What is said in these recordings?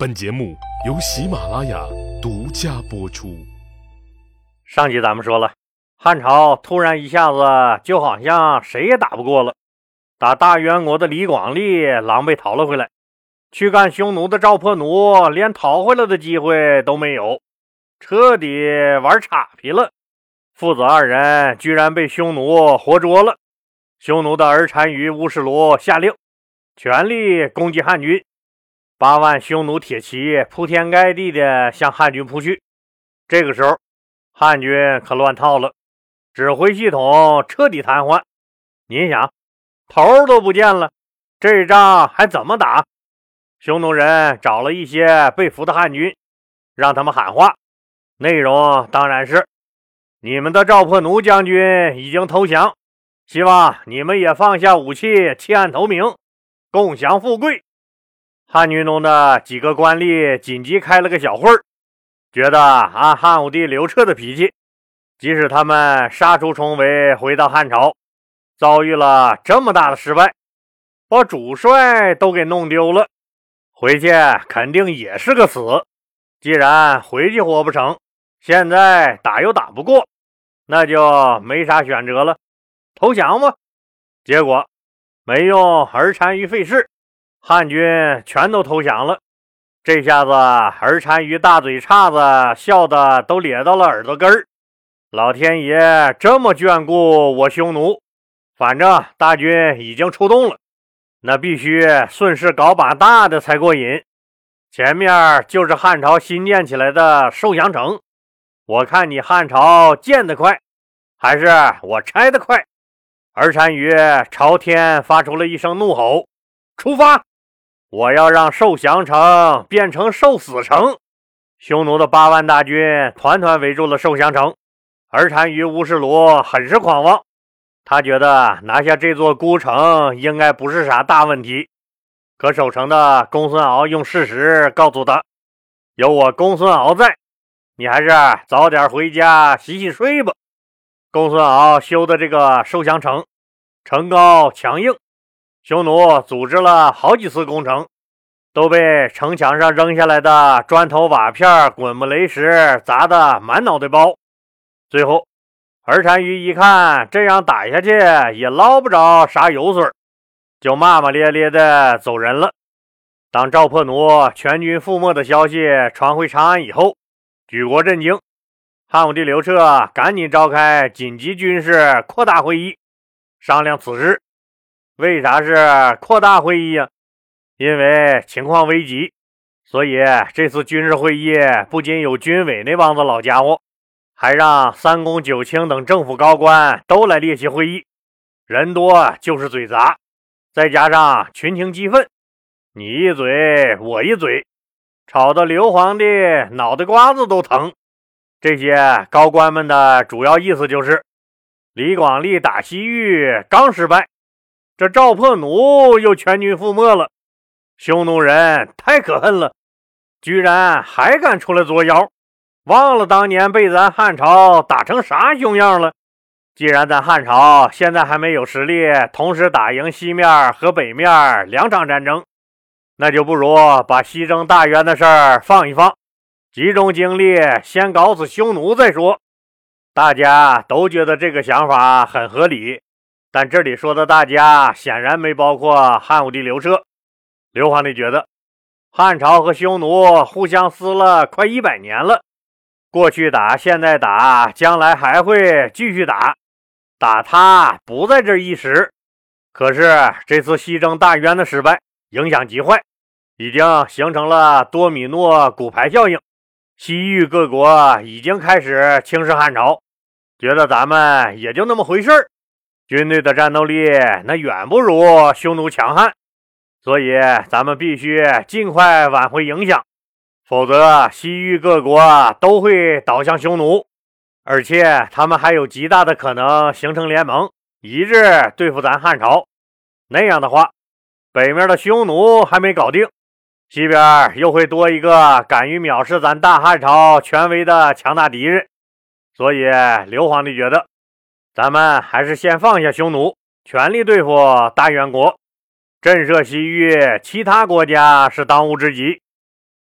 本节目由喜马拉雅独家播出。 上集咱们说了，汉朝突然一下子就好像谁也打不过了，打大渊国的李广利狼狈逃了回来，去干匈奴的赵破奴连逃回来的机会都没有，彻底玩岔皮了。父子二人居然被匈奴活捉了。匈奴的儿单于乌士卢下令全力攻击汉军，8万匈奴铁骑铺天盖地的向汉军扑去。这个时候汉军可乱套了，指挥系统彻底瘫痪。您想，头都不见了，这仗还怎么打？匈奴人找了一些被俘的汉军，让他们喊话，内容当然是：你们的赵破奴将军已经投降，希望你们也放下武器，弃暗投明，共享富贵。汉军中的几个官吏紧急开了个小会儿，觉得按汉武帝刘彻的脾气，即使他们杀出重围回到汉朝，遭遇了这么大的失败，把主帅都给弄丢了，回去肯定也是个死。既然回去活不成，现在打又打不过，那就没啥选择了，投降吧。结果没用儿单于费事，汉军全都投降了。这下子儿单于大嘴叉子笑得都咧到了耳朵根儿。老天爷这么眷顾我匈奴，反正大军已经出动了，那必须顺势搞把大的才过瘾。前面就是汉朝新建起来的寿阳城，我看你汉朝建得快，还是我拆得快。儿单于朝天发出了一声怒吼，出发！我要让寿降城变成寿死城。匈奴的8万大军团团围住了寿降城，儿单于乌士卢很是狂妄，他觉得拿下这座孤城应该不是啥大问题。可守城的公孙敖用事实告诉他，有我公孙敖在，你还是早点回家洗洗睡吧。公孙敖修的这个寿降城，城高墙硬，匈奴组织了好几次攻城，都被城墙上扔下来的砖头瓦片、滚木雷石砸得满脑袋包。最后儿单于一看这样打下去也捞不着啥油水，就骂骂咧咧的走人了。当赵破奴全军覆没的消息传回长安以后，举国震惊，汉武帝刘彻赶紧召开紧急军事扩大会议，商量此事。为啥是扩大会议啊？因为情况危急，所以这次军事会议不仅有军委那帮子老家伙，还让三公九卿等政府高官都来列席会议。人多就是嘴杂，再加上群情激愤，你一嘴我一嘴，吵得刘皇帝脑袋瓜子都疼。这些高官们的主要意思就是，李广利打西域刚失败，这赵破奴又全军覆没了，匈奴人太可恨了，居然还敢出来作妖，忘了当年被咱汉朝打成啥熊样了。既然咱汉朝现在还没有实力同时打赢西面和北面2场战争，那就不如把西征大渊的事儿放一放，集中精力先搞死匈奴再说。大家都觉得这个想法很合理，但这里说的大家显然没包括汉武帝刘彻。刘皇帝觉得汉朝和匈奴互相撕了快100年了，过去打，现在打，将来还会继续打，打他不在这一时。可是这次西征大渊的失败影响极坏，已经形成了多米诺骨牌效应，西域各国已经开始轻视汉朝，觉得咱们也就那么回事儿，军队的战斗力那远不如匈奴强悍，所以咱们必须尽快挽回影响，否则西域各国都会倒向匈奴，而且他们还有极大的可能形成联盟，一致对付咱汉朝。那样的话，北面的匈奴还没搞定，西边又会多一个敢于藐视咱大汉朝权威的强大敌人。所以刘皇帝觉得咱们还是先放下匈奴，全力对付大渊国，震慑西域其他国家是当务之急。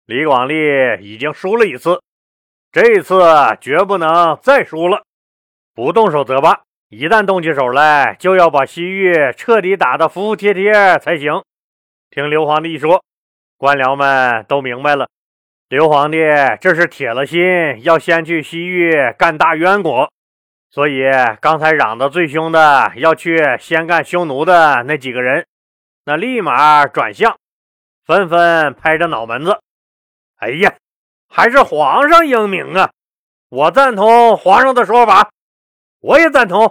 李广利已经输了一次，这次绝不能再输了。不动手则罢，一旦动起手来，就要把西域彻底打得服服帖帖才行。听刘皇帝一说，官僚们都明白了，刘皇帝这是铁了心要先去西域干大冤国，所以刚才嚷得最凶的要去先干匈奴的那几个人，那立马转向，纷纷拍着脑门子。哎呀，还是皇上英明啊！我赞同皇上的说法，我也赞同，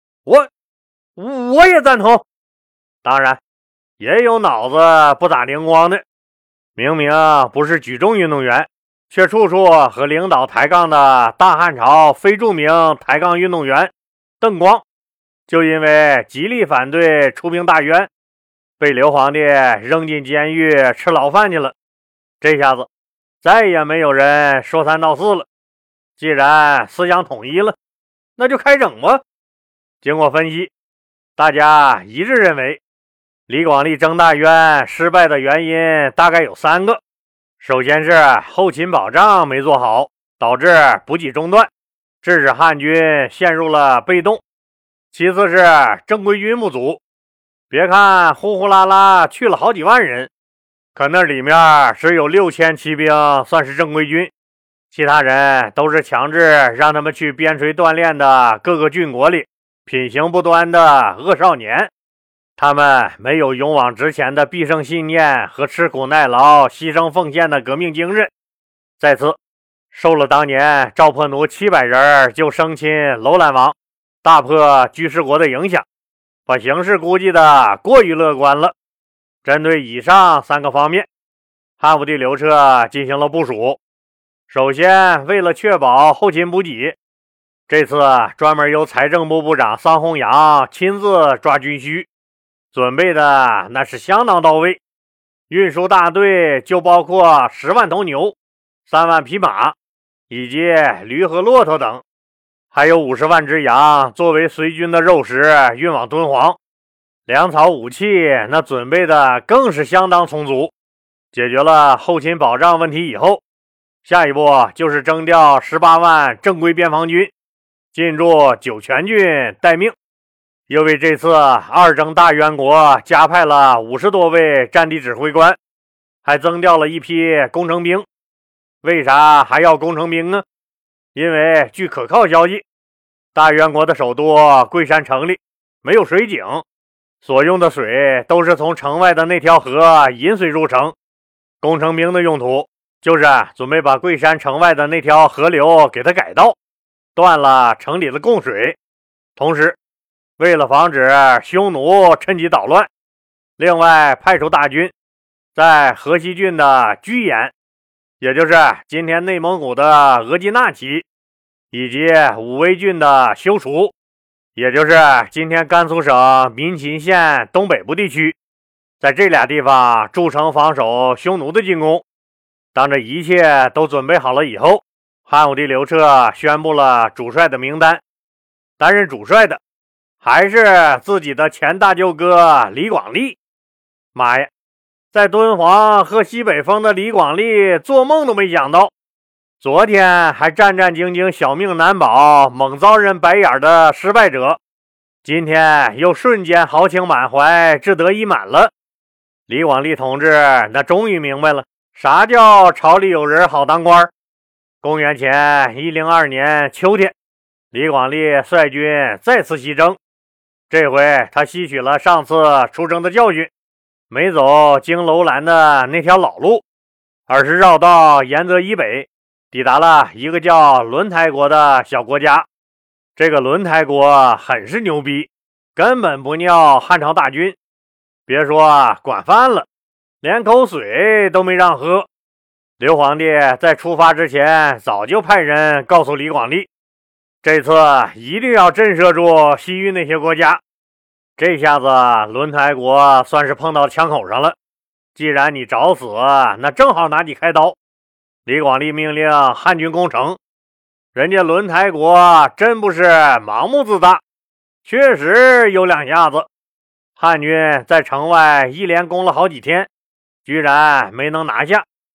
我也赞同。当然，也有脑子不咋灵光的，明明不是举重运动员，却处处和领导抬杠的大汉朝非著名抬杠运动员邓光，就因为极力反对出兵大渊，被刘皇帝扔进监狱吃牢饭去了。这下子再也没有人说三道四了。既然思想统一了，那就开整吧。经过分析，大家一致认为李广利征大渊失败的原因大概有3个。首先是后勤保障没做好，导致补给中断，致使汉军陷入了被动。其次是正规军不足，别看呼呼啦啦去了好几万人，可那里面只有6000骑兵算是正规军，其他人都是强制让他们去边陲锻炼的各个郡国里品行不端的恶少年，他们没有勇往直前的必胜信念和吃苦耐劳牺牲奉献的革命精神。再次受了当年赵破奴700人就生擒楼兰王大破居士国的影响，把形势估计的过于乐观了。针对以上3个方面，汉武帝刘彻进行了部署。首先，为了确保后勤补给，这次专门由财政部部长桑弘羊亲自抓军需，准备的那是相当到位。运输大队就包括10万头牛、3万匹马以及驴和骆驼等，还有50万只羊作为随军的肉食运往敦煌。粮草武器那准备的更是相当充足。解决了后勤保障问题以后，下一步就是征调18万正规边防军进驻酒泉郡待命，又为这次2征大渊国加派了50多位战地指挥官，还增调了一批工程兵。为啥还要工程兵呢？因为据可靠消息，大渊国的首都桂山城里没有水井，所用的水都是从城外的那条河引水入城。工程兵的用途就是准备把桂山城外的那条河流给它改道，断了城里的供水。同时，为了防止匈奴趁机捣乱，另外派出大军在河西郡的居延，也就是今天内蒙古的额济纳旗，以及武威郡的修除，也就是今天甘肃省民勤县东北部地区，在这俩地方筑城防守匈奴的进攻。当这一切都准备好了以后，汉武帝刘彻宣布了主帅的名单。担任主帅的还是自己的前大舅哥李广利。妈呀，在敦煌喝西北风的李广利做梦都没想到，昨天还战战兢兢小命难保猛遭人白眼的失败者，今天又瞬间豪情满怀志得意满了。李广利同志那终于明白了啥叫朝里有人好当官。公元前102年秋天，李广利率军再次西征，这回他吸取了上次出征的教训，没走经楼兰的那条老路，而是绕道沿泽以北，抵达了一个叫轮台国的小国家。这个轮台国很是牛逼，根本不尿汉朝大军，别说管饭了，连口水都没让喝。刘皇帝在出发之前早就派人告诉李广利，这次一定要震慑住西域那些国家。这下子轮台国算是碰到枪口上了，既然你找死，那正好拿你开刀。李广利命令汉军攻城，人家轮台国真不是盲目自大，确实有两下子。汉军在城外一连攻了好几天，居然没能拿下。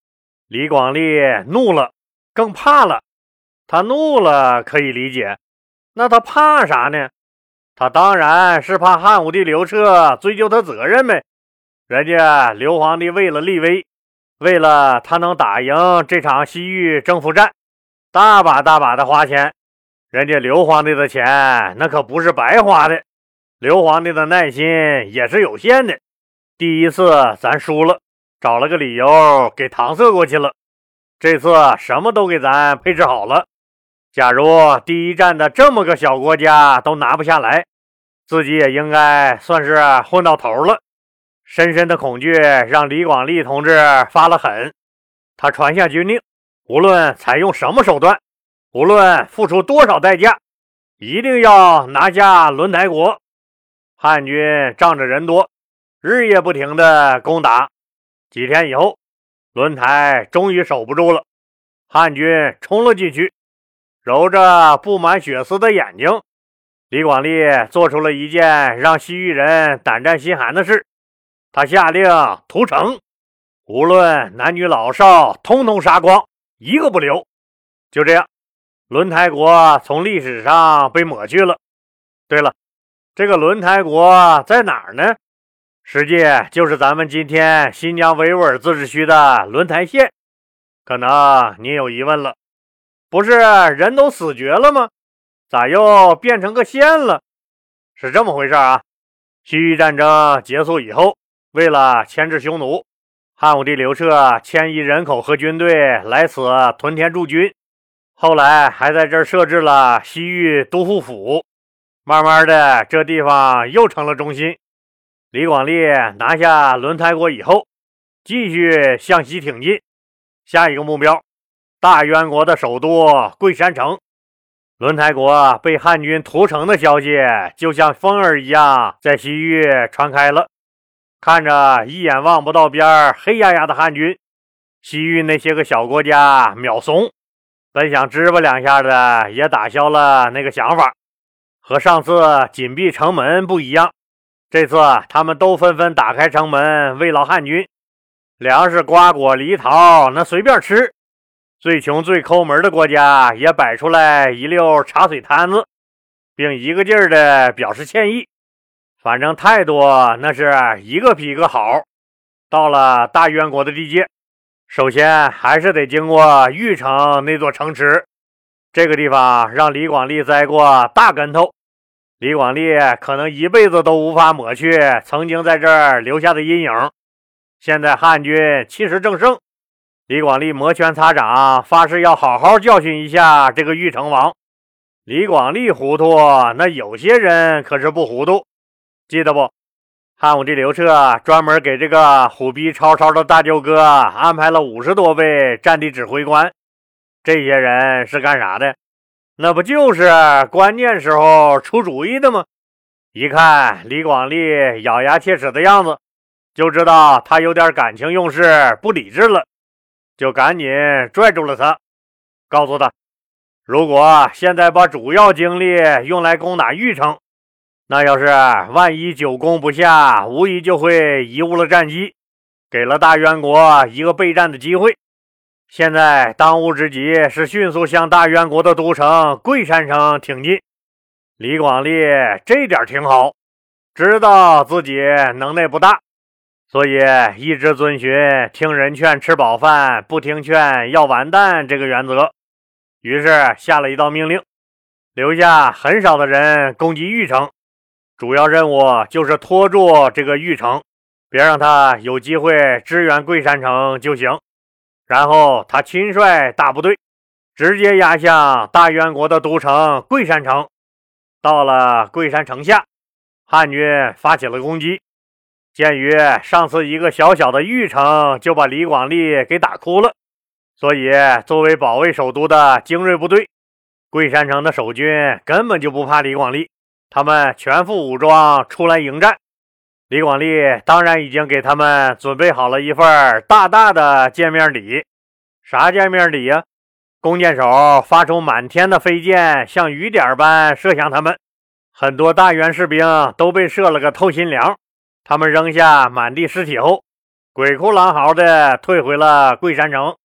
李广利怒了，更怕了。他怒了可以理解，那他怕啥呢？他当然是怕汉武帝刘彻追究他责任呗。人家刘皇帝为了立威，为了他能打赢这场西域征服战，大把大把的花钱。人家刘皇帝的钱那可不是白花的，刘皇帝的耐心也是有限的。第一次咱输了，找了个理由给搪塞过去了。这次什么都给咱配置好了。假如第一战的这么个小国家都拿不下来，自己也应该算是混到头了。深深的恐惧让李广利同志发了狠，他传下军令，无论采用什么手段，无论付出多少代价，一定要拿下轮台国。汉军仗着人多，日夜不停的攻打。几天以后，轮台终于守不住了，汉军冲了进去。揉着布满血丝的眼睛，李广利做出了一件让西域人胆战心寒的事。他下令屠城，无论男女老少，通通杀光，一个不留。就这样，轮台国从历史上被抹去了。对了，这个轮台国在哪儿呢？实际就是咱们今天新疆维吾尔自治区的轮台县。可能您有疑问了，不是人都死绝了吗？咋又变成个县了？是这么回事啊。西域战争结束以后，为了牵制匈奴，汉武帝刘彻迁移人口和军队来此屯田驻军，后来还在这儿设置了西域都护府。慢慢的，这地方又成了中心。李广利拿下轮台国以后，继续向西挺进，下一个目标大渊国的首都桂山城。轮台国被汉军屠城的消息就像风儿一样在西域传开了。看着一眼望不到边黑压压的汉军，西域那些个小国家秒怂，本想支吧两下的也打消了那个想法。和上次紧闭城门不一样，这次他们都纷纷打开城门慰劳汉军，粮食瓜果梨桃那随便吃。最穷最抠门的国家也摆出来一溜茶水摊子，并一个劲儿的表示歉意。反正态度那是一个比一个好。到了大渊国的地界，首先还是得经过玉城那座城池。这个地方让李广利栽过大跟头，李广利可能一辈子都无法抹去曾经在这儿留下的阴影。现在汉军气势正盛，李广利摩拳擦掌，发誓要好好教训一下这个玉成王。李广利糊涂，那有些人可是不糊涂。记得不？汉武帝刘彻专门给这个虎逼超超的大舅哥安排了50多位战地指挥官。这些人是干啥的？那不就是关键时候出主意的吗？一看李广利咬牙切齿的样子，就知道他有点感情用事，不理智了。就赶紧拽住了他，告诉他，如果现在把主要精力用来攻打玉城，那要是万一久攻不下，无疑就会贻误了战机，给了大渊国一个备战的机会。现在当务之急是迅速向大渊国的都城桂山城挺进。李广利这点挺好，知道自己能耐不大，所以一直遵循听人劝吃饱饭，不听劝要完蛋这个原则。于是下了一道命令，留下很少的人攻击玉城，主要任务就是拖住这个玉城，别让他有机会支援桂山城就行。然后他亲率大部队直接压向大渊国的都城桂山城。到了桂山城下，汉军发起了攻击。鉴于上次一个小小的玉城就把李广利给打哭了，所以作为保卫首都的精锐部队，桂山城的守军根本就不怕李广利，他们全副武装出来迎战。李广利当然已经给他们准备好了一份大大的见面礼。啥见面礼呀？弓箭手发出满天的飞箭，像雨点般射向他们。很多大元士兵都被射了个透心凉。他们扔下满地尸体后，鬼哭狼嚎的退回了桂山城。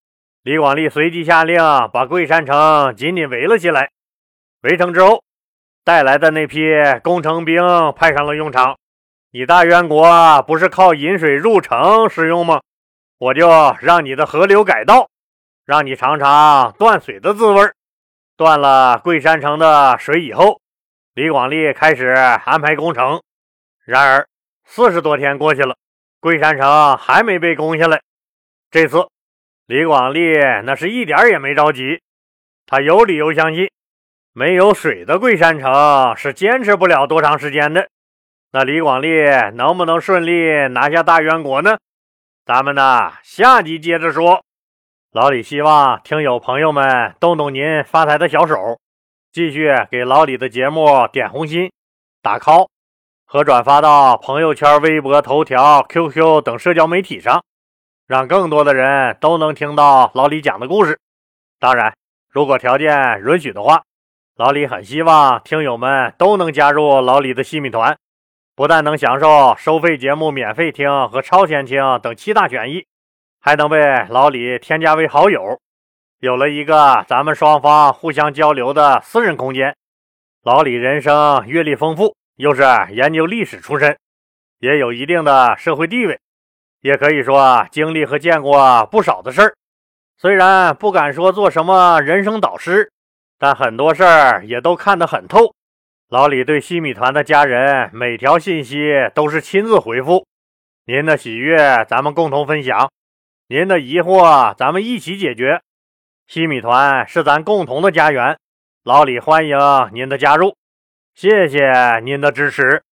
李广利随即下令把桂山城紧紧围了起来。围城之后，带来的那批攻城兵派上了用场。你大元国不是靠引水入城使用吗？我就让你的河流改道，让你尝尝断水的滋味。断了桂山城的水以后，李广利开始安排攻城。然而40多天过去了，桂山城还没被攻下来。这次李广利那是一点也没着急，他有理由相信没有水的桂山城是坚持不了多长时间的。那李广利能不能顺利拿下大元国呢？咱们呢下集接着说。老李希望听友朋友们动动您发财的小手，继续给老李的节目点红心、打 call 和转发到朋友圈、微博、头条、QQ 等社交媒体上，让更多的人都能听到老李讲的故事。当然，如果条件允许的话，老李很希望听友们都能加入老李的西米团，不但能享受收费节目免费听和超前听等7大权益，还能被老李添加为好友，有了一个咱们双方互相交流的私人空间。老李人生阅历丰富，又是研究历史出身，也有一定的社会地位，也可以说经历和见过不少的事儿。虽然不敢说做什么人生导师，但很多事儿也都看得很透。老李对西米团的家人每条信息都是亲自回复，您的喜悦咱们共同分享，您的疑惑咱们一起解决。西米团是咱共同的家园，老李欢迎您的加入，谢谢您的支持。